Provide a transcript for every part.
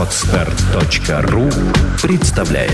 Podster.ru представляет.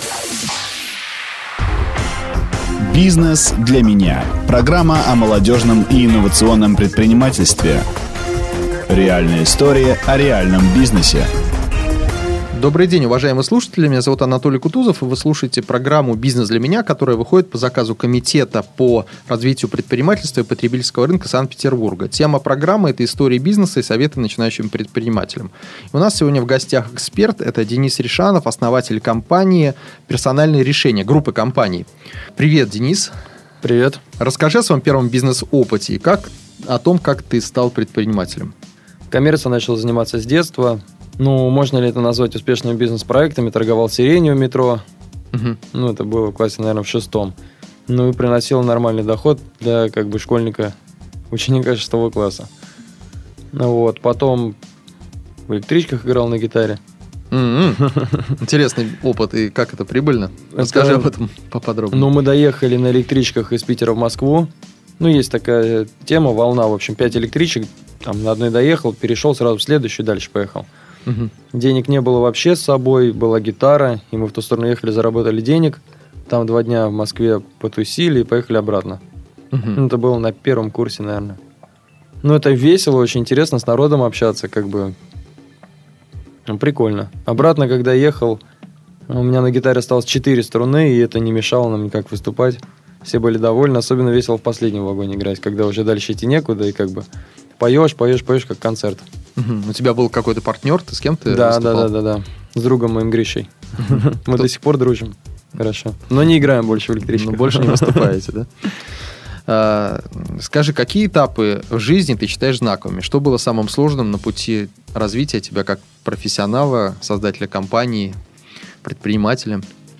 «Бизнес для меня» – программа о молодежном и инновационном предпринимательстве. Реальная история о реальном бизнесе. Добрый день, уважаемые слушатели. Меня зовут Анатолий Кутузов, и вы слушаете программу «Бизнес для меня», которая выходит по заказу Комитета по развитию предпринимательства и потребительского рынка Санкт-Петербурга. Тема программы – это истории бизнеса и советы начинающим предпринимателям. И у нас сегодня в гостях эксперт – это Денис Ришанов, основатель компании «Персональные решения», группы компаний. Привет, Денис. Привет. Расскажи о своем первом бизнес-опыте и о том, как ты стал предпринимателем. Коммерцией начал заниматься с детства. Можно ли это назвать успешными бизнес-проектами? Торговал сиренью в метро. Это было в классе, наверное, в 6. И приносил нормальный доход для школьника, ученика 6 класса. Потом в электричках играл на гитаре. Интересный опыт. И как это прибыльно? Расскажи об этом поподробнее. Мы доехали на электричках из Питера в Москву. Есть такая тема, волна, в общем, 5 электричек. На одной доехал, перешел сразу в следующую, дальше поехал. Денег не было вообще с собой, была гитара, и мы в ту сторону ехали, заработали денег. Там 2 дня в Москве потусили и поехали обратно. Это было на первом курсе, наверное. Это весело, очень интересно с народом общаться, прикольно. Обратно, когда ехал, у меня на гитаре осталось 4 струны, и это не мешало нам никак выступать. Все были довольны, особенно весело в последнем вагоне играть, когда уже дальше идти некуда, и поешь, как концерт. У тебя был какой-то партнер? Ты с кем ты выступал? Да. С другом моим Гришей. Мы до сих пор дружим. Хорошо. Но не играем больше в электричках. Больше не выступаете, да? Скажи, какие этапы в жизни ты считаешь знаковыми? Что было самым сложным на пути развития тебя как профессионала, создателя компании, предпринимателя?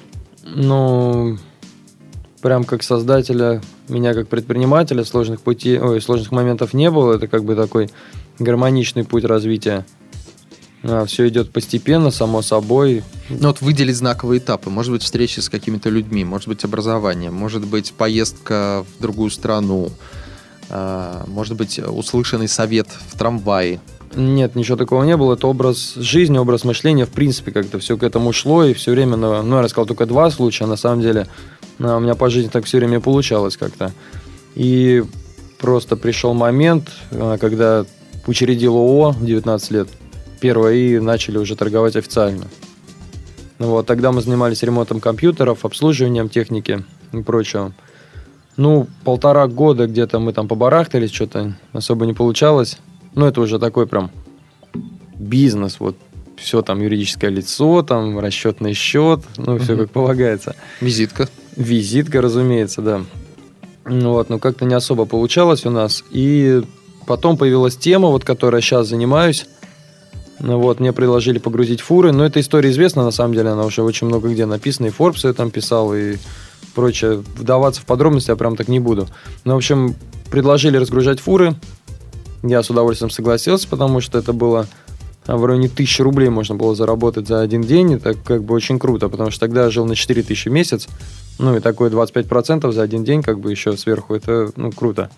Прям как создателя, меня как предпринимателя, сложных моментов не было. Это такой гармоничный путь развития. Все идет постепенно, само собой. Выделить знаковые этапы. Может быть, встречи с какими-то людьми, может быть, образование, может быть, поездка в другую страну, может быть, услышанный совет в трамвае. Нет, ничего такого не было. Это образ жизни, образ мышления. В принципе, как-то все к этому шло. И все время, я рассказал только 2 случая. На самом деле, у меня по жизни так все время получалось как-то. И просто пришел момент, когда учредил ООО в 19 лет. Первое, и начали уже торговать официально. Тогда мы занимались ремонтом компьютеров, обслуживанием техники и прочего. 1,5 года где-то мы там побарахтались, что-то особо не получалось. Это уже такой прям бизнес, все там юридическое лицо, там расчетный счет, все как полагается. Визитка, разумеется, да. Как-то не особо получалось у нас. И потом появилась тема, которой я сейчас занимаюсь. Мне предложили погрузить фуры. Но эта история известна, на самом деле, она уже очень много где написана. И Forbes я там писал, и прочее. Вдаваться в подробности я прям так не буду. В общем, предложили разгружать фуры. Я с удовольствием согласился, потому что это было в районе 1000 рублей можно было заработать за один день. Это очень круто, потому что тогда я жил на 4000 в месяц. И такое 25% за один день еще сверху. Это круто.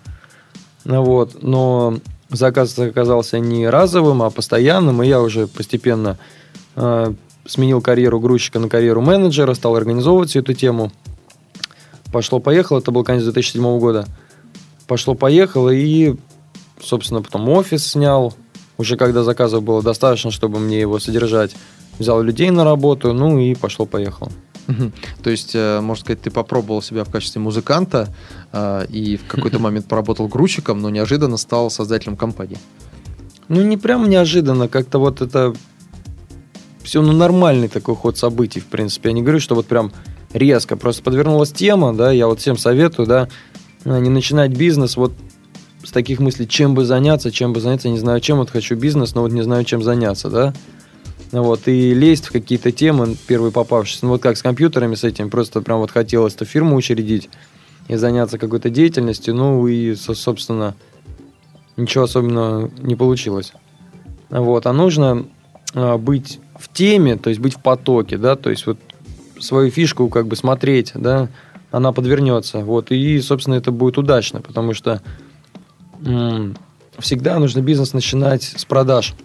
Но заказ оказался не разовым, а постоянным. И я уже постепенно сменил карьеру грузчика на карьеру менеджера, стал организовывать всю эту тему. Пошло-поехало. Это был конец 2007 года. Пошло-поехало, и собственно, потом офис снял. Уже когда заказов было достаточно, чтобы мне его содержать. Взял людей на работу, и пошло-поехало. То есть, можно сказать, ты попробовал себя в качестве музыканта и в какой-то момент поработал грузчиком, но неожиданно стал создателем компании. Не прям неожиданно. Как-то это все нормальный такой ход событий, в принципе. Я не говорю, что прям резко. Просто подвернулась тема, да, я всем советую, не начинать бизнес с таких мыслей, чем бы заняться, не знаю чем, хочу бизнес, но не знаю, чем заняться, да. И лезть в какие-то темы, первые попавшиеся. Как с компьютерами, с этим, просто прям хотелось эту фирму учредить и заняться какой-то деятельностью, и, собственно, ничего особенного не получилось. А нужно быть в теме, то есть быть в потоке, да, то есть свою фишку смотреть, да, она подвернется, и, собственно, это будет удачно, потому что всегда нужно бизнес начинать с продаж.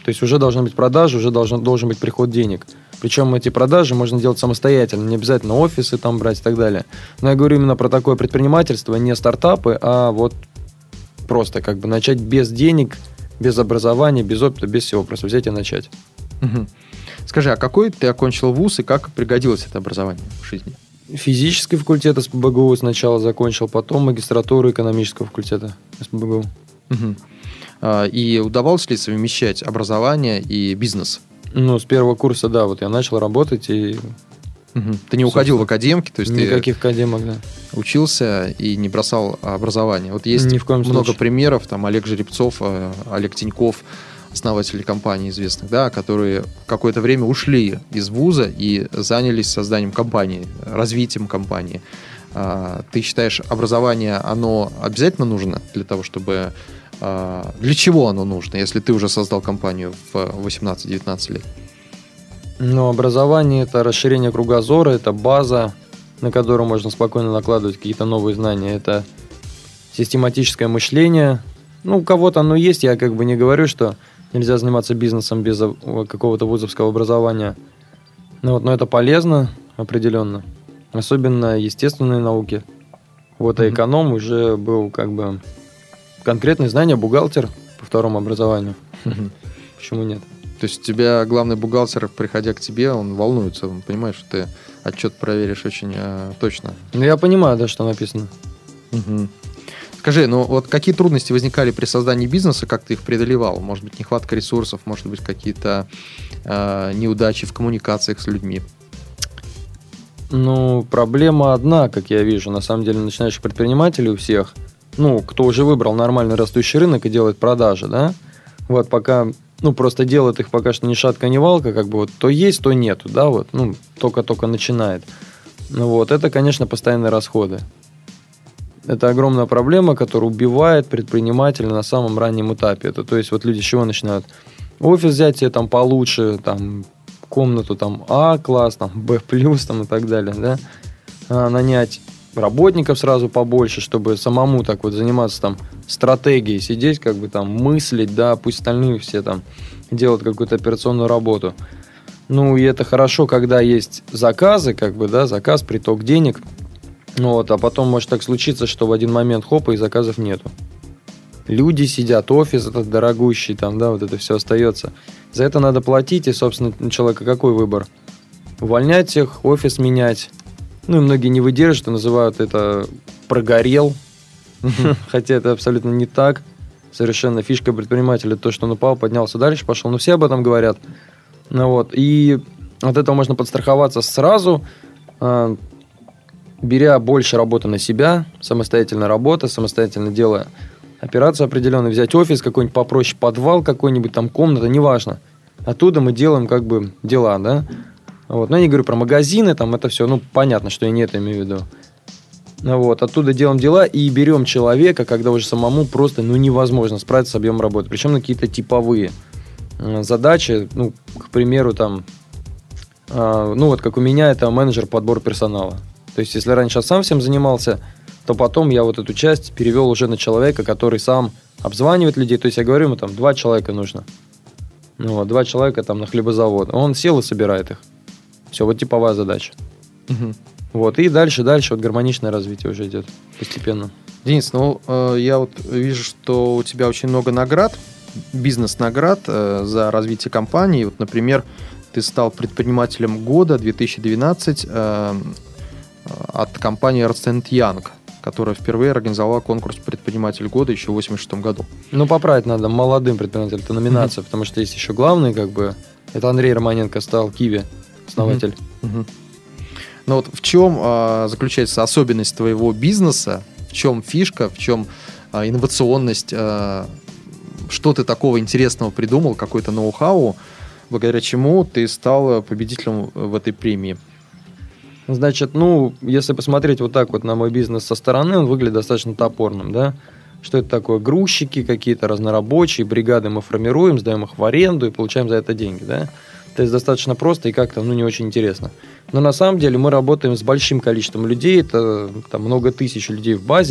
То есть уже должны быть продажи, уже должен быть приход денег. Причем эти продажи можно делать самостоятельно, не обязательно офисы там брать и так далее. Но я говорю именно про такое предпринимательство, не стартапы, а вот просто как бы начать без денег, без образования, без опыта, без всего. Просто взять и начать. Угу. Скажи, а какой ты окончил вуз и как пригодилось это образование в жизни? Физический факультет СПбГУ сначала закончил, потом магистратуру экономического факультета СПбГУ. Угу. И удавалось ли совмещать образование и бизнес? Ну, с первого курса, да, вот я начал работать и... Угу. Ты не уходил в академки? То есть никаких академок, да. Учился и не бросал образование. Вот есть ни в коем много случае. примеров, там Олег Жеребцов, Олег Тиньков, основатели компаний известных, да, которые какое-то время ушли из вуза и занялись созданием компании, развитием компании. Ты считаешь, образование, оно обязательно нужно для того, чтобы... Для чего оно нужно, если ты уже создал компанию в 18-19 лет? Ну, образование – это расширение кругозора, это база, на которую можно спокойно накладывать какие-то новые знания. Это систематическое мышление. Ну, у кого-то оно есть, я как бы не говорю, что нельзя заниматься бизнесом без какого-то вузовского образования. Но это полезно определенно, особенно естественные науки. Вот, а эконом уже был как бы конкретные знания, бухгалтер по второму образованию. Почему нет? То есть у тебя главный бухгалтер, приходя к тебе, он волнуется, он понимает, что ты отчет проверишь очень точно. Ну, я понимаю, да, что написано. Угу. Скажи, ну вот какие трудности возникали при создании бизнеса, как ты их преодолевал? Может быть, нехватка ресурсов, может быть, какие-то неудачи в коммуникациях с людьми? Ну, проблема одна, как я вижу, на самом деле, начинающих предпринимателей у всех, ну, кто уже выбрал нормальный растущий рынок и делает продажи, да, вот пока, ну, просто делает их пока что ни шатка, ни валка, как бы вот то есть, то нету, да, вот, ну, только-только начинает. Ну, вот, это, конечно, постоянные расходы. Это огромная проблема, которая убивает предпринимателя на самом раннем этапе. Это, то есть, вот люди с чего начинают? Офис взять себе там получше, там, комнату там А-класс, там, Б+, там, и так далее, да, нанять работников сразу побольше, чтобы самому так вот заниматься там стратегией, сидеть, как бы там мыслить, да, пусть остальные все там делают какую-то операционную работу. Ну, и это хорошо, когда есть заказы, как бы, да, заказ, приток денег, вот, а потом может так случиться, что в один момент хопа, и заказов нету. Люди сидят, офис этот дорогущий, там, да, вот это все остается. За это надо платить, и, собственно, у человека какой выбор? Увольнять всех, офис менять. Ну, и многие не выдержат и называют это «прогорел». Хотя это абсолютно не так. Совершенно фишка предпринимателя то, что он упал, поднялся дальше, пошел. Но все об этом говорят. Ну, вот. И от этого можно подстраховаться сразу, беря больше работы на себя, самостоятельно работа, самостоятельно делая операцию определенную, взять офис какой-нибудь попроще, подвал какой-нибудь, там комната, неважно. Оттуда мы делаем как бы дела, да. Вот. Но я не говорю про магазины, там это все, ну, понятно, что я не это имею в виду. Вот. Оттуда делаем дела и берем человека, когда уже самому просто, ну, невозможно справиться с объемом работы. Причем на какие-то типовые задачи, ну, к примеру, там, ну, вот как у меня, это менеджер по отбору персонала. То есть, если раньше я сам всем занимался, то потом я вот эту часть перевел уже на человека, который сам обзванивает людей. То есть, я говорю ему, там, 2 человека нужно. Ну, вот, 2 человека там на хлебозавод. Он сел и собирает их. Все, вот типовая задача. Угу. Вот, и дальше вот гармоничное развитие уже идет постепенно. Денис, ну, я вот вижу, что у тебя очень много наград, бизнес-наград за развитие компании. Вот, например, ты стал предпринимателем года 2012 от компании Ernst & Young, которая впервые организовала конкурс «Предприниматель года» еще в 1986 году. Ну, поправить надо молодым предпринимателем, это номинация, потому что есть еще главный, как бы, это Андрей Романенко стал Киви, основатель. Но вот в чем заключается особенность твоего бизнеса, в чем фишка, в чем инновационность, что ты такого интересного придумал, какой-то ноу-хау, благодаря чему ты стал победителем в этой премии? Значит, ну, если посмотреть вот так вот на мой бизнес со стороны, он выглядит достаточно топорным, да. Что это такое? Грузчики какие-то разнорабочие, бригады мы формируем, сдаем их в аренду и получаем за это деньги, да. То есть достаточно просто и как-то, ну, не очень интересно. Но на самом деле мы работаем с большим количеством людей, это там много тысяч людей в базе,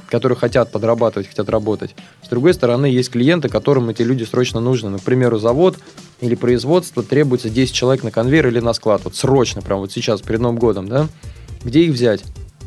которые хотят подрабатывать, хотят работать. С другой стороны, есть клиенты, которым эти люди срочно нужны. Ну, к примеру, завод или производство требуется 10 человек на конвейер или на склад. Вот срочно, прям вот сейчас, перед Новым годом, да? Где их взять?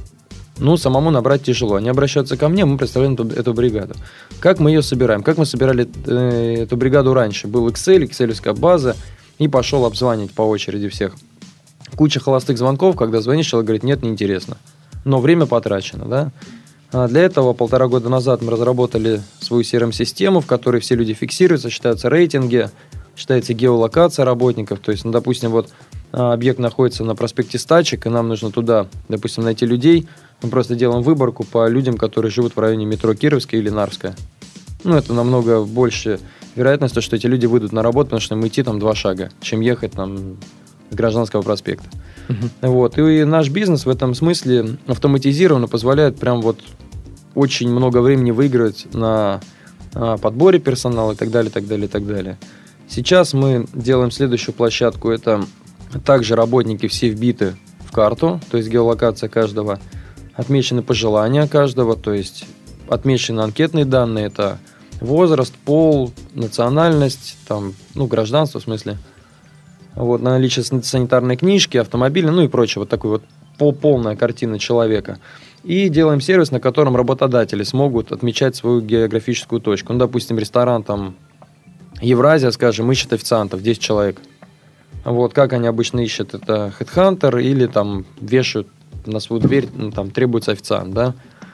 Ну, самому набрать тяжело. Они обращаются ко мне, мы представляем эту бригаду. Как мы ее собираем? Как мы собирали эту бригаду раньше? Был Excel, экселевская база, и пошел обзванивать по очереди всех. Куча холостых звонков, когда звонишь, человек говорит, нет, неинтересно. Но время потрачено, да? А для этого 1,5 года назад мы разработали свою CRM-систему, в которой все люди фиксируются, считаются рейтинги, считается геолокация работников. То есть, ну, допустим, вот объект находится на проспекте Стачек, и нам нужно туда, допустим, найти людей. Мы просто делаем выборку по людям, которые живут в районе метро Кировская или Нарвская. Ну, это намного больше вероятность, что эти люди выйдут на работу, потому что им идти там 2 шага, чем ехать там с Гражданского проспекта. Вот. И наш бизнес в этом смысле автоматизированно позволяет прям вот очень много времени выигрывать на подборе персонала и так далее, так далее, так далее. Сейчас мы делаем следующую площадку. Это также работники все вбиты в карту, то есть геолокация каждого, отмечены пожелания каждого, то есть отмечены анкетные данные, это возраст, пол, национальность, там, ну, гражданство в смысле, вот, наличие санитарной книжки, автомобиля, ну и прочее, вот такой вот полная картина человека. И делаем сервис, на котором работодатели смогут отмечать свою географическую точку. Ну, допустим, ресторан там Евразия, скажем, ищет официантов, 10 человек. Вот, как они обычно ищут, это HeadHunter или там вешают на свою дверь, ну, там требуется официант, да.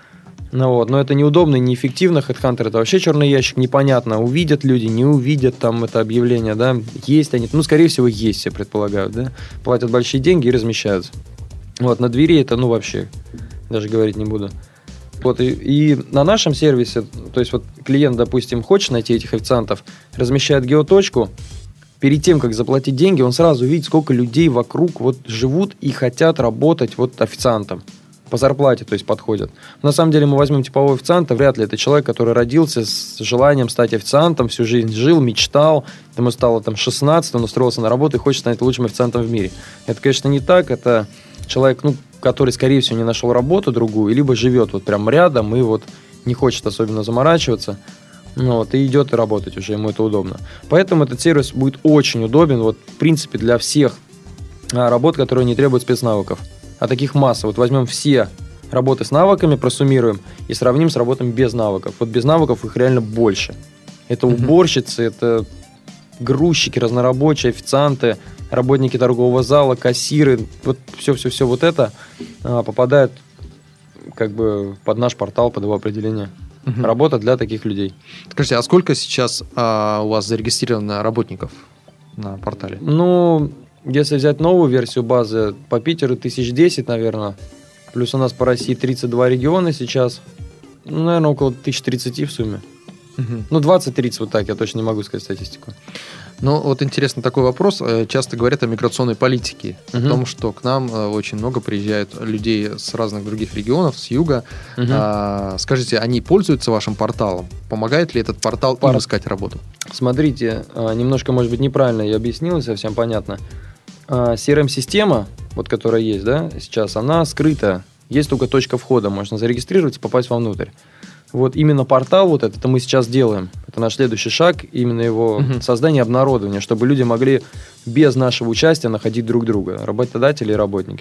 Ну, вот. Но это неудобно и неэффективно. HeadHunter — это вообще черный ящик, непонятно, увидят люди, не увидят там это объявление, да, есть они, ну, скорее всего, есть, все предполагают, да, платят большие деньги и размещаются. Вот, на двери это, ну, вообще, даже говорить не буду. Вот, и на нашем сервисе, то есть вот клиент, допустим, хочет найти этих официантов, размещает геоточку, перед тем, как заплатить деньги, он сразу видит, сколько людей вокруг вот живут и хотят работать вот официантом. По зарплате, то есть подходят. На самом деле мы возьмем типового официанта, вряд ли это человек, который родился с желанием стать официантом, всю жизнь жил, мечтал, ему стало там 16, он устроился на работу и хочет стать лучшим официантом в мире. Это, конечно, не так, это человек, ну, который, скорее всего, не нашел работу другую, либо живет вот прям рядом и вот не хочет особенно заморачиваться, ну, вот, и идет и работать уже, ему это удобно. Поэтому этот сервис будет очень удобен, вот, в принципе, для всех работ, которые не требуют спецнавыков. А таких масса. Вот возьмем все работы с навыками, просуммируем и сравним с работами без навыков. Вот без навыков их реально больше. Это уборщицы, это грузчики, разнорабочие, официанты, работники торгового зала, кассиры. Вот все вот это попадает как бы под наш портал, под его определение. Работа для таких людей. Скажите, а сколько сейчас у вас зарегистрировано работников на портале? Ну, если взять новую версию базы, по Питеру 1010, наверное. Плюс у нас по России 32 региона сейчас. Ну, наверное, около 1030 в сумме. Ну, 20-30, вот так, я точно не могу сказать статистику. Ну, вот интересный такой вопрос. Часто говорят о миграционной политике, о том, что к нам очень много приезжают людей с разных других регионов, с юга. Скажите, они пользуются вашим порталом? Помогает ли этот портал им искать работу? Смотрите, немножко, может быть, неправильно я объяснил, совсем понятно. CRM-система, вот которая есть, да, сейчас, она скрыта. Есть только точка входа, можно зарегистрироваться, попасть вовнутрь. Вот именно портал вот это мы сейчас делаем. Это наш следующий шаг, именно его создание, обнародование, чтобы люди могли без нашего участия находить друг друга, работодатели и работники.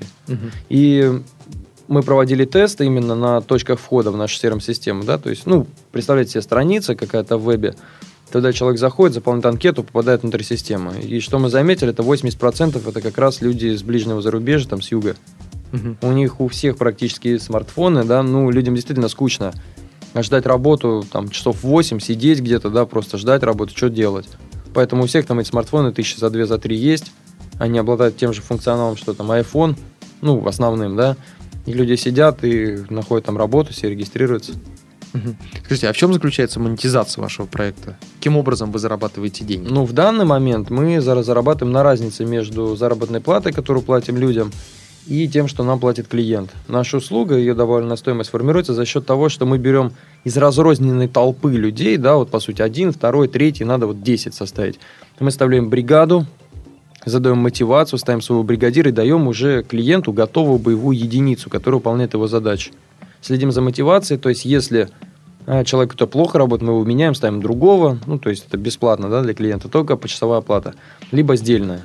И мы проводили тесты именно на точках входа в нашу CRM-систему, да, то есть, ну, представляете себе, страница какая-то в вебе, тогда человек заходит, заполняет анкету, попадает внутрь системы. И что мы заметили, это 80% это как раз люди с ближнего зарубежья, там, с юга. У них у всех практически смартфоны, да, ну, людям действительно скучно. Ждать работу, там, часов 8, сидеть где-то, да, просто ждать работу, что делать. Поэтому у всех там эти смартфоны 1000 за 2, за 3 есть. Они обладают тем же функционалом, что там iPhone, ну, основным, да. И люди сидят и находят там работу, все регистрируются. Скажите, а в чем заключается монетизация вашего проекта? Каким образом вы зарабатываете деньги? Ну, в данный момент мы зарабатываем на разнице между заработной платой, которую платим людям, и тем, что нам платит клиент. Наша услуга, ее добавленная стоимость формируется за счет того, что мы берем из разрозненной толпы людей, да, вот по сути 1, 2, 3, надо вот 10 составить. Мы составляем бригаду, задаем мотивацию, ставим своего бригадира и даем уже клиенту готовую боевую единицу, которая выполняет его задачи. следим за мотивацией, то есть если человек, кто плохо работает, мы его меняем, ставим другого, ну, то есть это бесплатно, да, для клиента, только почасовая оплата, либо сдельная.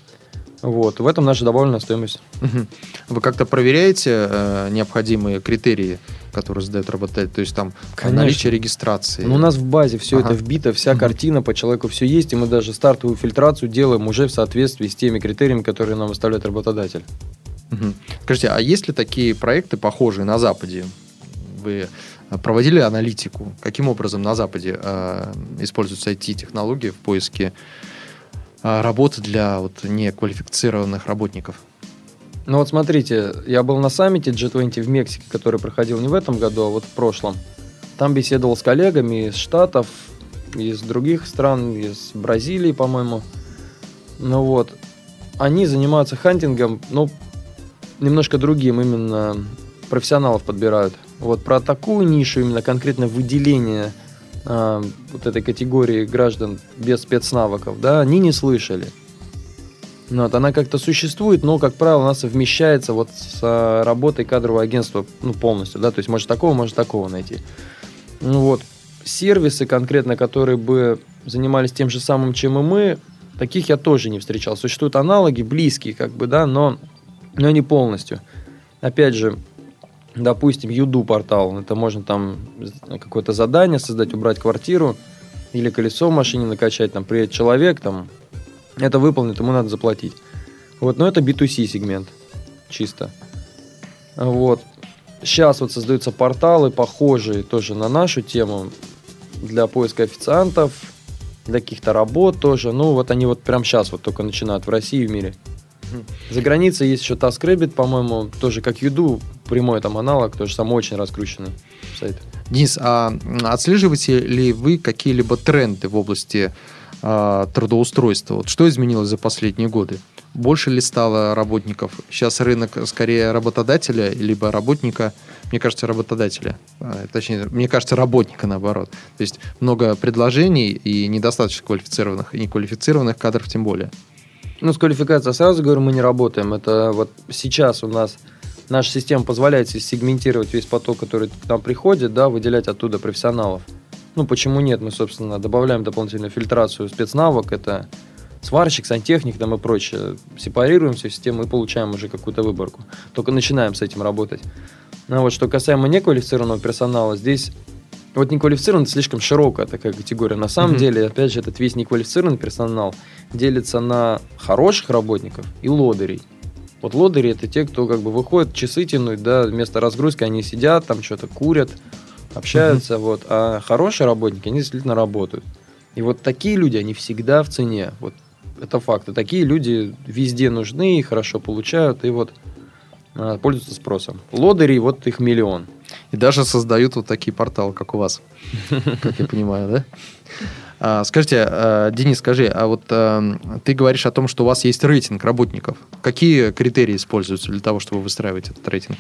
Вот, в этом наша добавленная стоимость. Вы как-то проверяете необходимые критерии, которые задает работодатель? То есть там наличие регистрации? Ну, у нас в базе все это вбито, вся картина по человеку все есть, и мы даже стартовую фильтрацию делаем уже в соответствии с теми критериями, которые нам выставляет работодатель. Скажите, а есть ли такие проекты, похожие на Западе? Вы проводили аналитику? Каким образом на Западе используются IT-технологии в поиске работы для неквалифицированных работников? Ну вот смотрите, я был на саммите G20 в Мексике, который проходил не в этом году, а вот в прошлом. Там беседовал с коллегами из Штатов, из других стран, из Бразилии, по-моему. Ну вот, они занимаются хантингом, ну, немножко другим, именно профессионалов подбирают. Вот про такую нишу, именно конкретно выделение вот этой категории граждан без спецнавыков, да, они не слышали. Вот, она как-то существует, но, как правило, она совмещается вот с работой кадрового агентства, ну, полностью, да, то есть может такого найти. Ну, вот, сервисы конкретно, которые бы занимались тем же самым, чем и мы, таких я тоже не встречал. Существуют аналоги, близкие, как бы, да, но не полностью. Опять же, допустим, Юду портал, это можно там какое-то задание создать, убрать квартиру или колесо в машине накачать, там приедет человек, там это выполнит, ему надо заплатить. Вот, но это B2C сегмент чисто. Вот. Сейчас вот создаются порталы, похожие тоже на нашу тему, для поиска официантов, для каких-то работ тоже. Ну, вот они вот прямо сейчас вот только начинают в России и в мире. За границей есть еще TaskRabbit, по-моему, тоже как Юду, прямой там аналог, тоже самый очень раскрученный сайт. Денис, а отслеживаете ли вы какие-либо тренды в области трудоустройства? Вот что изменилось за последние годы? Больше ли стало работников? Сейчас рынок скорее работодателя, либо работника, мне кажется, работодателя. Точнее, мне кажется, работника наоборот. То есть много предложений и недостаточно квалифицированных, и неквалифицированных кадров тем более. Ну, с квалификацией, сразу говорю, мы не работаем. Это вот сейчас у нас наша система позволяет сегментировать весь поток, который к нам приходит, да, выделять оттуда профессионалов. Ну, почему нет? Мы, собственно, добавляем дополнительную фильтрацию спецнавык, это сварщик, сантехник там и прочее. Сепарируем всю систему и получаем уже какую-то выборку. Только начинаем с этим работать. Ну, вот, что касаемо неквалифицированного персонала, здесь вот неквалифицированный слишком широкая такая категория. На самом деле, опять же, этот весь неквалифицированный персонал делится на хороших работников и лодырей. Вот лодыри — это те, кто как бы выходит, часы тянуть, да, вместо разгрузки они сидят, там что-то курят, общаются, вот. А хорошие работники, они действительно работают. И вот такие люди, они всегда в цене. Вот это факт. И такие люди везде нужны, хорошо получают и вот пользуются спросом. Лодыри, вот их миллион. И даже создают вот такие порталы, как у вас, как я понимаю, да? Скажите, Денис, скажи, а вот ты говоришь о том, что у вас есть рейтинг работников. Какие критерии используются для того, чтобы выстраивать этот рейтинг?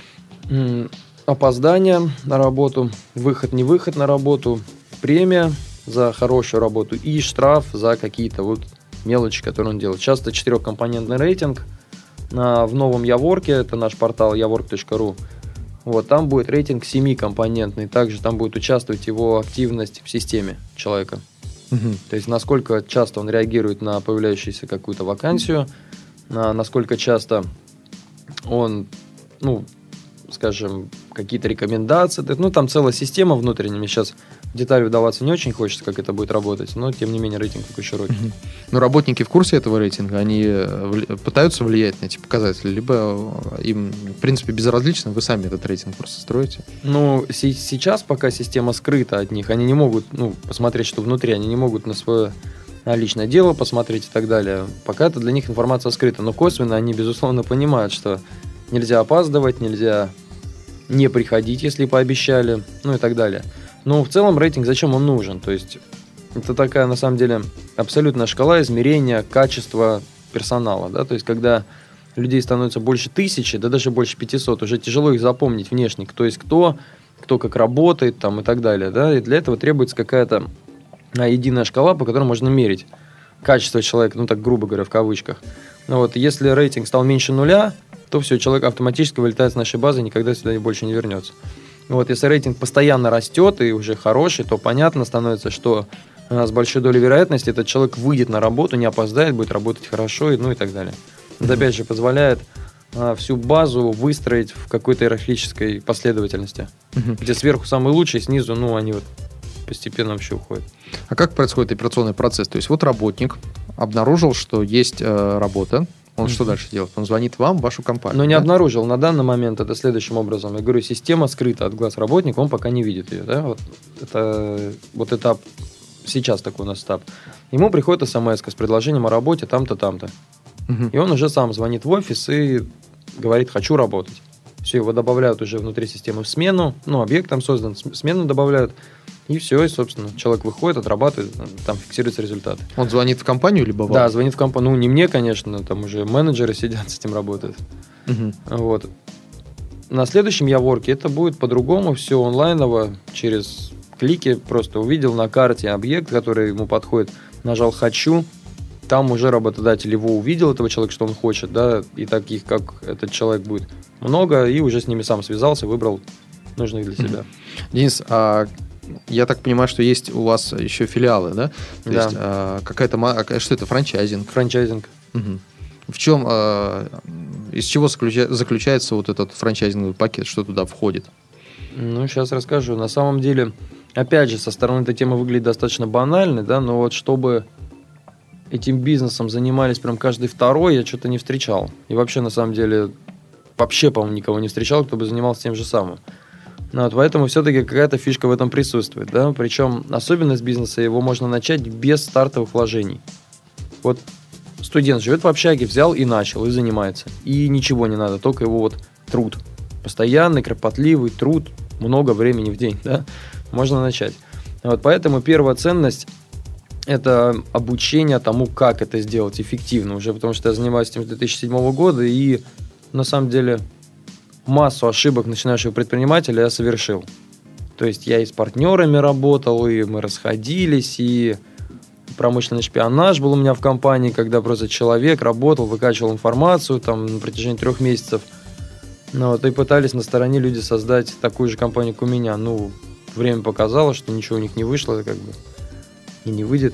Опоздание на работу, выход-не выход на работу, премия за хорошую работу и штраф за какие-то вот мелочи, которые он делает. Часто 4-компонентный рейтинг. В новом Яворке, это наш портал yawork.ru, вот, там будет рейтинг 7-компонентный. Также там будет участвовать его активность в системе человека. То есть, насколько часто он реагирует на появляющуюся какую-то вакансию, насколько часто он, ну, скажем, какие-то рекомендации. Ну, там целая система внутренняя. Мне сейчас в детали вдаваться не очень хочется, как это будет работать, но, тем не менее, рейтинг такой широкий. Но работники в курсе этого рейтинга, они пытаются влиять на эти показатели, либо им, в принципе, безразлично, вы сами этот рейтинг просто строите? Ну, сейчас, пока система скрыта от них, они не могут, посмотреть, что внутри, они не могут на свое личное дело посмотреть и так далее. Пока это для них информация скрыта, но косвенно они, безусловно, понимают, что нельзя опаздывать, нельзя не приходить, если пообещали, ну и так далее. Но в целом рейтинг, зачем он нужен? То есть это такая, на самом деле, абсолютная шкала измерения качества персонала, да, то есть когда людей становится больше 1000, да даже больше 500, уже тяжело их запомнить внешне, кто есть кто как работает там и так далее, да, и для этого требуется какая-то единая шкала, по которой можно мерить качество человека, ну так грубо говоря, в кавычках. Но вот если рейтинг стал меньше 0, то все, человек автоматически вылетает с нашей базы и никогда сюда больше не вернется. Вот, если рейтинг постоянно растет и уже хороший, то понятно становится, что с большой долей вероятности этот человек выйдет на работу, не опоздает, будет работать хорошо, и так далее. Это, опять же, позволяет всю базу выстроить в какой-то иерархической последовательности, где сверху самые лучшие, снизу, они вот постепенно вообще уходят. А как происходит операционный процесс? То есть вот работник обнаружил, что есть работа. Он что дальше делает? Он звонит вам, в вашу компанию. Но не обнаружил. На данный момент это следующим образом. Я говорю, система скрыта от глаз работника, он пока не видит ее. Да? Вот этап, сейчас такой у нас этап. Ему приходит смс с предложением о работе там-то, там-то. И он уже сам звонит в офис и говорит, хочу работать. Все, его добавляют уже внутри системы в смену. Объект там создан, смену добавляют. И все, и, собственно, человек выходит, отрабатывает, там фиксируются результаты. Он звонит в компанию, либо вам? Да, звонит в компанию. Не мне, конечно, там уже менеджеры сидят, с этим работают. Вот. На следующем Яворке это будет по-другому, все онлайново, через клики. Просто увидел на карте объект, который ему подходит, нажал «хочу». Там уже работодатель его увидел, этого человека, что он хочет, да, и таких, как этот человек, будет много, и уже с ними сам связался, выбрал нужных для себя. Денис, я так понимаю, что есть у вас еще филиалы, да? То да. есть какая-то, что это, франчайзинг? Франчайзинг. В чем, из чего заключается вот этот франчайзинговый пакет, что туда входит? Сейчас расскажу. На самом деле, опять же, со стороны эта тема выглядит достаточно банальной, да, но вот чтобы этим бизнесом занимались прям каждый второй, я что-то не встречал. И вообще, на самом деле, по-моему, никого не встречал, кто бы занимался тем же самым. Поэтому все-таки какая-то фишка в этом присутствует. Да? Причем особенность бизнеса, его можно начать без стартовых вложений. Вот студент живет в общаге, взял и начал, и занимается. И ничего не надо, только его труд. Постоянный, кропотливый труд, много времени в день. Да? Можно начать. Поэтому первая ценность – это обучение тому, как это сделать эффективно. Уже потому что я занимаюсь этим с 2007 года, и на самом деле массу ошибок начинающего предпринимателя я совершил. То есть я и с партнерами работал, и мы расходились, и промышленный шпионаж был у меня в компании, когда просто человек работал, выкачивал информацию на протяжении 3 месяцев. И пытались на стороне люди создать такую же компанию, как у меня. Время показало, что ничего у них не вышло, и не выйдет.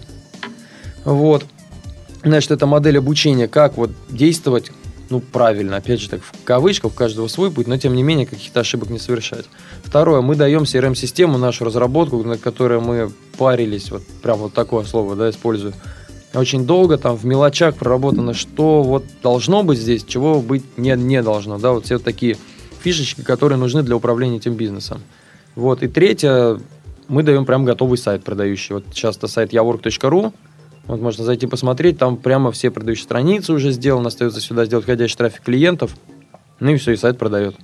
Значит, это модель обучения, как действовать правильно, опять же, так в кавычках, у каждого свой путь, но тем не менее каких-то ошибок не совершать. Второе, мы даем CRM-систему, нашу разработку, над которой мы парились, прям такое слово, да, использую, очень долго, там в мелочах проработано, что должно быть здесь, чего быть не должно, да, все такие фишечки, которые нужны для управления этим бизнесом. И третье, мы даем прям готовый сайт продающий. Сейчас это сайт yawork.ru. Можно зайти посмотреть, там прямо все продающие страницы уже сделаны, остается сюда сделать входящий трафик клиентов, и все, и сайт продает.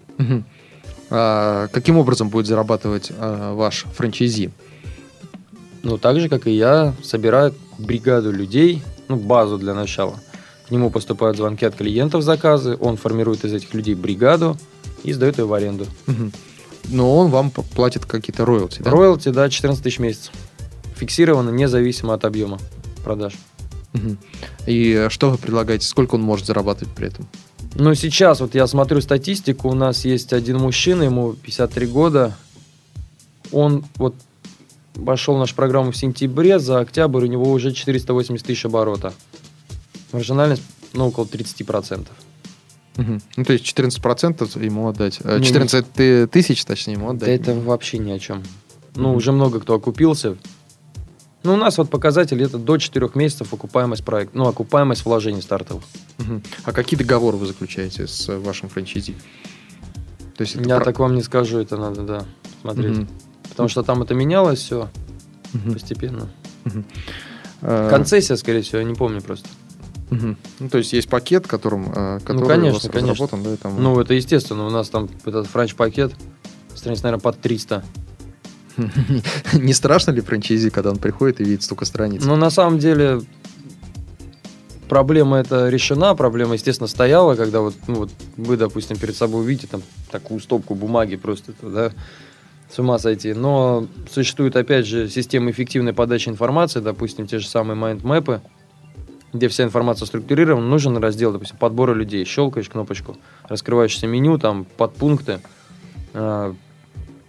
Каким образом будет зарабатывать ваш франчайзи? Так же, как и я, собираю бригаду людей, базу для начала. К нему поступают звонки от клиентов, заказы, он формирует из этих людей бригаду и сдает ее в аренду. Но он вам платит какие-то роялти, да? Роялти, да, 14 тысяч в месяц. Фиксировано, независимо от объема продаж. И что вы предлагаете? Сколько он может зарабатывать при этом? Сейчас я смотрю статистику. У нас есть один мужчина, ему 53 года. Он вошел в нашу программу в сентябре, за октябрь у него уже 480 тысяч оборота. Маржинальность, около 30%. То есть 14% ему отдать. 14 тысяч, точнее, ему отдать. Да это вообще ни о чем. Уже много кто окупился. У нас показатель это до 4 месяцев окупаемость проекта, окупаемость вложений стартовых. А какие договоры вы заключаете с вашим франчайзи? То есть я так вам не скажу, это надо, да, смотреть. Потому что там это менялось все постепенно. Концессия, скорее всего, я не помню просто. То есть есть пакет, который конечно, у вас разработан, да? Это естественно, у нас там этот франч-пакет, страниц, наверное, под 300. Не страшно ли франчайзи, когда он приходит и видит столько страниц? На самом деле проблема эта решена, проблема, естественно, стояла, когда вы, допустим, перед собой увидите там такую стопку бумаги, просто да, с ума сойти. Но существует, опять же, система эффективной подачи информации, допустим, те же самые майндмэпы, где вся информация структурирована, нужен раздел, допустим, подбора людей. Щелкаешь кнопочку, раскрывающееся меню, там подпункты,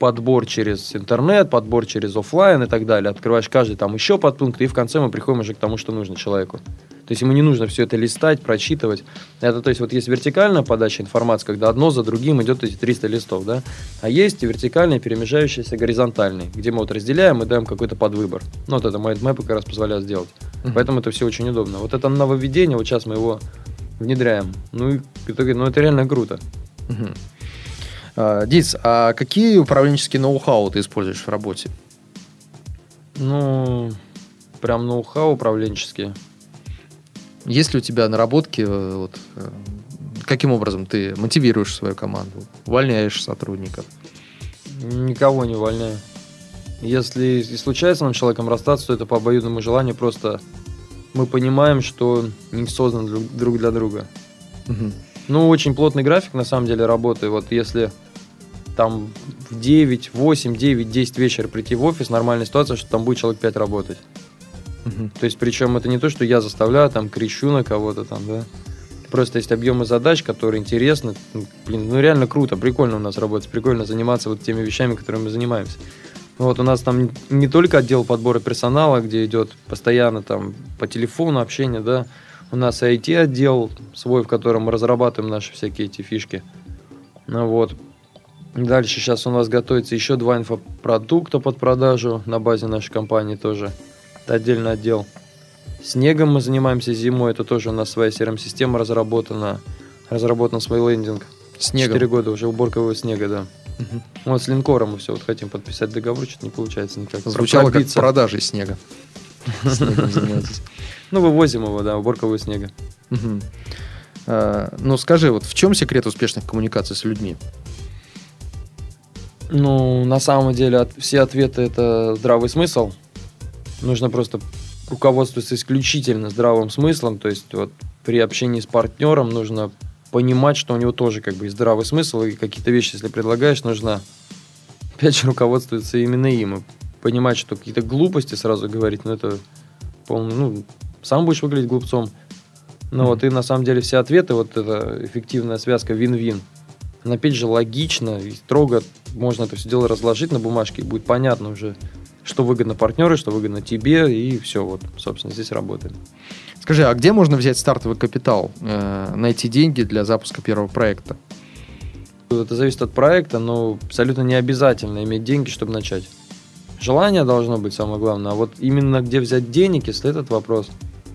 подбор через интернет, подбор через офлайн и так далее. Открываешь каждый там еще подпункт, и в конце мы приходим уже к тому, что нужно человеку. То есть ему не нужно все это листать, прочитывать. Это, то есть вот есть вертикальная подача информации, когда одно за другим идет эти 300 листов, да? А есть и вертикальные, перемежающиеся горизонтальные, где мы вот разделяем и даем какой-то подвыбор. Ну, вот это майндмэпы как раз позволяют сделать. Поэтому это все очень удобно. Вот это нововведение, вот сейчас мы его внедряем. Ну, и в итоге, ну, это реально круто. Диц, а какие управленческие ноу-хау ты используешь в работе? Ну, прям ноу-хау управленческие. Есть ли у тебя наработки, вот, каким образом ты мотивируешь свою команду, увольняешь сотрудников? Никого не увольняю. Если случается нам с человеком расстаться, то это по обоюдному желанию, просто мы понимаем, что не созданы друг для друга. Ну, очень плотный график, на самом деле, работы. Вот если там в 9, 8, 9, 10 вечера прийти в офис, нормальная ситуация, что там будет человек 5 работать. То есть, причем это не то, что я заставляю, там, кричу на кого-то там, да. Просто есть объемы задач, которые интересны. Блин, ну реально круто, прикольно у нас работать, прикольно заниматься вот теми вещами, которыми мы занимаемся. Вот у нас там не только отдел подбора персонала, где идет постоянно там по телефону общение, да. У нас и IT-отдел свой, в котором мы разрабатываем наши всякие эти фишки. Ну вот. Дальше сейчас у нас готовится еще 2 инфопродукта под продажу на базе нашей компании тоже. Это отдельный отдел. Снегом мы занимаемся зимой. Это тоже у нас своя CRM-система разработана. Разработан свой лендинг. Снегом? 4 года уже уборкового снега, да. Вот с линкором мы все вот хотим подписать договор, что-то не получается никак. Звучало как продажей снега. Снегом занимаетесь. Ну, вывозим его, да, уборкового снега. Ну, скажи, вот в чем секрет успешных коммуникаций с людьми? Ну, на самом деле, все ответы – это здравый смысл. Нужно просто руководствоваться исключительно здравым смыслом. То есть, вот при общении с партнером нужно понимать, что у него тоже как бы есть здравый смысл, и какие-то вещи, если предлагаешь, нужно опять же руководствоваться именно им. И понимать, что какие-то глупости сразу говорить, ну, это полный, ну, сам будешь выглядеть глупцом. Ну, вот, и на самом деле все ответы, вот эта эффективная связка вин-вин, она, опять же, логично и строго можно это все дело разложить на бумажке, и будет понятно уже, что выгодно партнеру, что выгодно тебе, и все, вот, собственно, здесь работаем. Скажи, а где можно взять стартовый капитал, найти деньги для запуска первого проекта? Это зависит от проекта, но абсолютно не обязательно иметь деньги, чтобы начать. Желание должно быть самое главное, а вот именно где взять денег, если этот вопрос.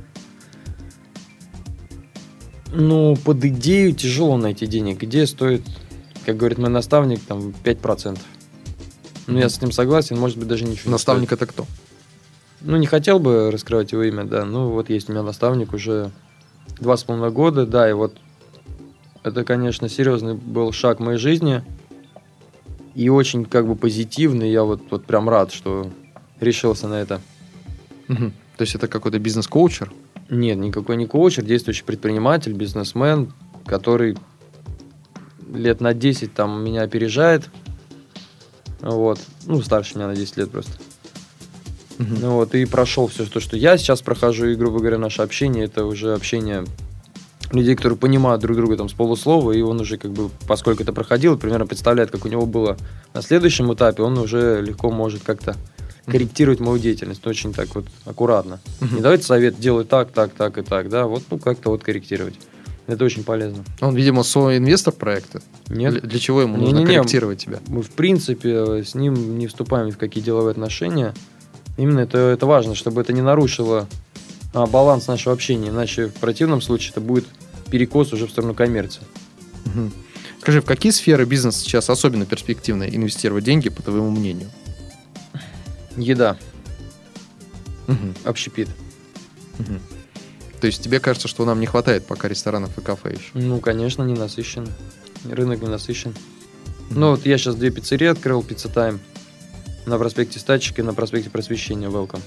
Ну, под идею тяжело найти денег. Идея стоит, как говорит мой наставник, там 5%. Ну, я с этим согласен, может быть, даже ничего Наставник не стоит. это кто? Ну, не хотел бы раскрывать его имя, да. Ну, вот есть у меня наставник уже 2,5 года, да, и вот это, конечно, серьезный был шаг в моей жизни. И очень, как бы, позитивный. Я вот прям рад, что решился на это. То есть это какой-то бизнес-коучер? Нет, никакой не коучер, действующий предприниматель, бизнесмен, который лет на 10 там меня опережает. Вот. Ну, старше меня на 10 лет просто. Ну, вот, и прошел все то, что я сейчас прохожу, и, грубо говоря, наше общение, это уже общение людей, которые понимают друг друга там с полуслова, и он уже как бы, поскольку это проходил, примерно представляет, как у него было на следующем этапе, он уже легко может как-то корректировать мою деятельность, очень так вот аккуратно. Не давайте совет, делай так, так, так и так, да, вот, ну, как-то вот корректировать. Это очень полезно. Он, видимо, соинвестор проекта? Нет. Для чего ему нужно корректировать тебя? Мы, в принципе, с ним не вступаем ни в какие деловые отношения. Именно это важно, чтобы это не нарушило баланс нашего общения, иначе в противном случае это будет перекос уже в сторону коммерции. Скажи, в какие сферы бизнеса сейчас особенно перспективно инвестировать деньги, по твоему мнению? Еда. Общепит. То есть тебе кажется, что нам не хватает пока ресторанов и кафе еще? Ну, конечно, не насыщен. Рынок не насыщен. Ну, вот я сейчас 2 пиццерии открыл, Pizza Time. На проспекте Стачек и на проспекте Просвещения, Welcome.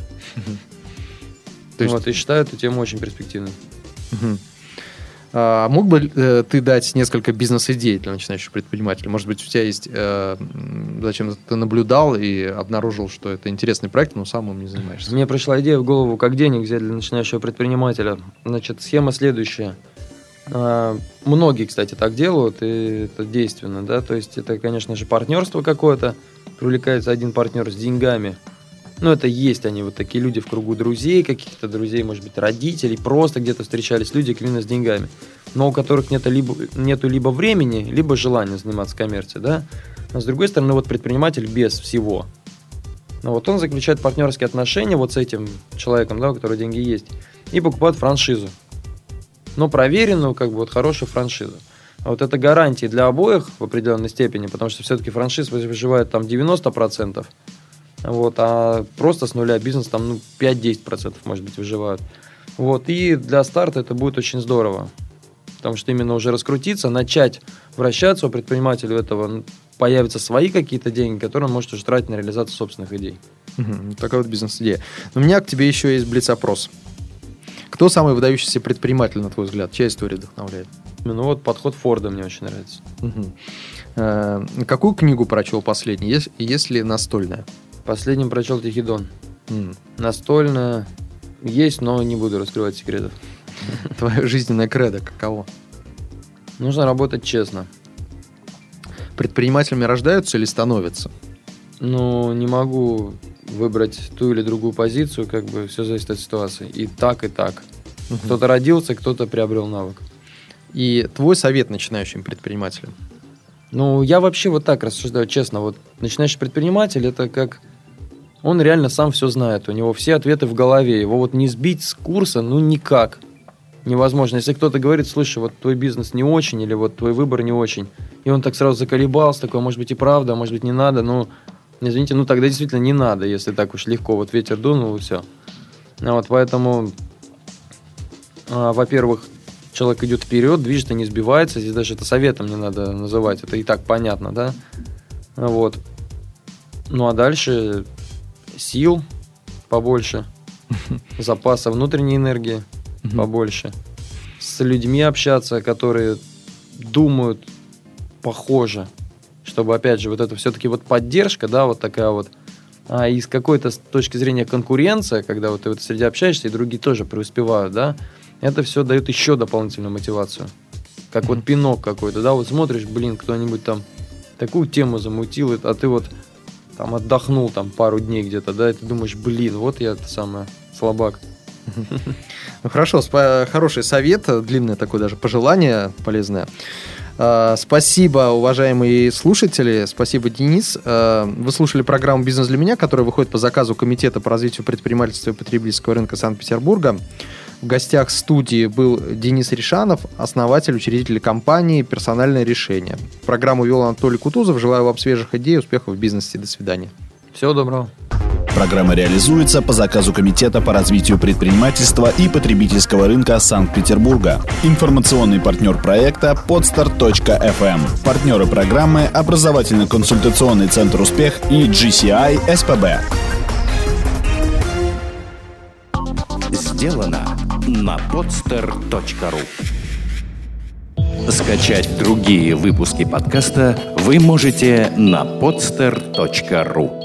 Вот, и считаю эту тему очень перспективной. А мог бы ты дать несколько бизнес-идей для начинающих предпринимателей? Может быть, у тебя есть... Зачем ты наблюдал и обнаружил, что это интересный проект, но сам им не занимаешься? Мне пришла идея в голову, как денег взять для начинающего предпринимателя. Значит, схема следующая. Многие, кстати, так делают, и это действенно, да, то есть это, конечно же, партнерство какое-то, привлекается один партнер с деньгами, ну, это есть они, вот такие люди в кругу друзей, каких-то друзей, может быть, родителей, просто где-то встречались люди именно с деньгами, но у которых нету либо времени, либо желания заниматься коммерцией, да, а с другой стороны, вот предприниматель без всего, но вот он заключает партнерские отношения вот с этим человеком, да, у которого деньги есть, и покупает франшизу. Но проверенную, как бы вот хорошую франшизу. А вот это гарантии для обоих в определенной степени, потому что все-таки франшиз выживает там 90%, вот, а просто с нуля бизнес там 5-10% может быть выживают. Вот, и для старта это будет очень здорово, потому что именно уже раскрутиться, начать вращаться у предпринимателя этого, появятся свои какие-то деньги, которые он может уже тратить на реализацию собственных идей. Такая вот бизнес-идея. У меня к тебе еще есть блиц-опрос. Кто самый выдающийся предприниматель, на твой взгляд? Чья история вдохновляет? Ну вот подход Форда мне очень нравится. Какую книгу прочел последний? Есть ли настольная? Последним прочел «Тихий-Дон». Настольная есть, но не буду раскрывать секретов. Твое жизненное кредо каково? Нужно работать честно. Предпринимателями рождаются или становятся? Ну, не могу выбрать ту или другую позицию, как бы все зависит от ситуации. И так, и так. Кто-то родился, кто-то приобрел навык. И твой совет начинающим предпринимателям? Ну, я вообще вот так рассуждаю, честно. Вот начинающий предприниматель, это как... Он реально сам все знает. У него все ответы в голове. Его вот не сбить с курса, ну, никак. Невозможно. Если кто-то говорит, слушай, вот твой бизнес не очень, или вот твой выбор не очень, и он так сразу заколебался, такой, может быть, и правда, а может быть, не надо, ну, извините, ну, тогда действительно не надо, если так уж легко, вот ветер дунул, и все. Вот, поэтому, во-первых, человек идет вперед, движется, не сбивается, здесь даже это советом не надо называть, это и так понятно, да, вот. Ну, а дальше сил побольше, запаса внутренней энергии побольше, с людьми общаться, которые думают похоже, чтобы, опять же, вот это все-таки вот поддержка, да, вот такая вот, и с какой-то точки зрения конкуренция, когда вот ты в этой среде общаешься, и другие тоже преуспевают, да, это все дает еще дополнительную мотивацию. Как вот пинок какой-то, да, вот смотришь, блин, кто-нибудь там такую тему замутил, а ты вот там отдохнул там пару дней где-то, да, и ты думаешь, блин, вот я самое слабак. Ну хорошо, хороший совет, длинное такое даже пожелание полезное. Спасибо, уважаемые слушатели, спасибо, Денис. Вы слушали программу «Бизнес для меня», которая выходит по заказу Комитета по развитию предпринимательства и потребительского рынка Санкт-Петербурга. В гостях студии был Денис Ришанов, основатель, учредитель компании «Персональное решение». Программу вел Анатолий Кутузов. Желаю вам свежих идей, успехов в бизнесе. До свидания. Всего доброго. Программа реализуется по заказу Комитета по развитию предпринимательства и потребительского рынка Санкт-Петербурга. Информационный партнер проекта Podstart.fm. Партнеры программы — образовательно-консультационный центр «Успех» и GCI СПБ. Сделано на podster.ru. Скачать другие выпуски подкаста вы можете на podster.ru.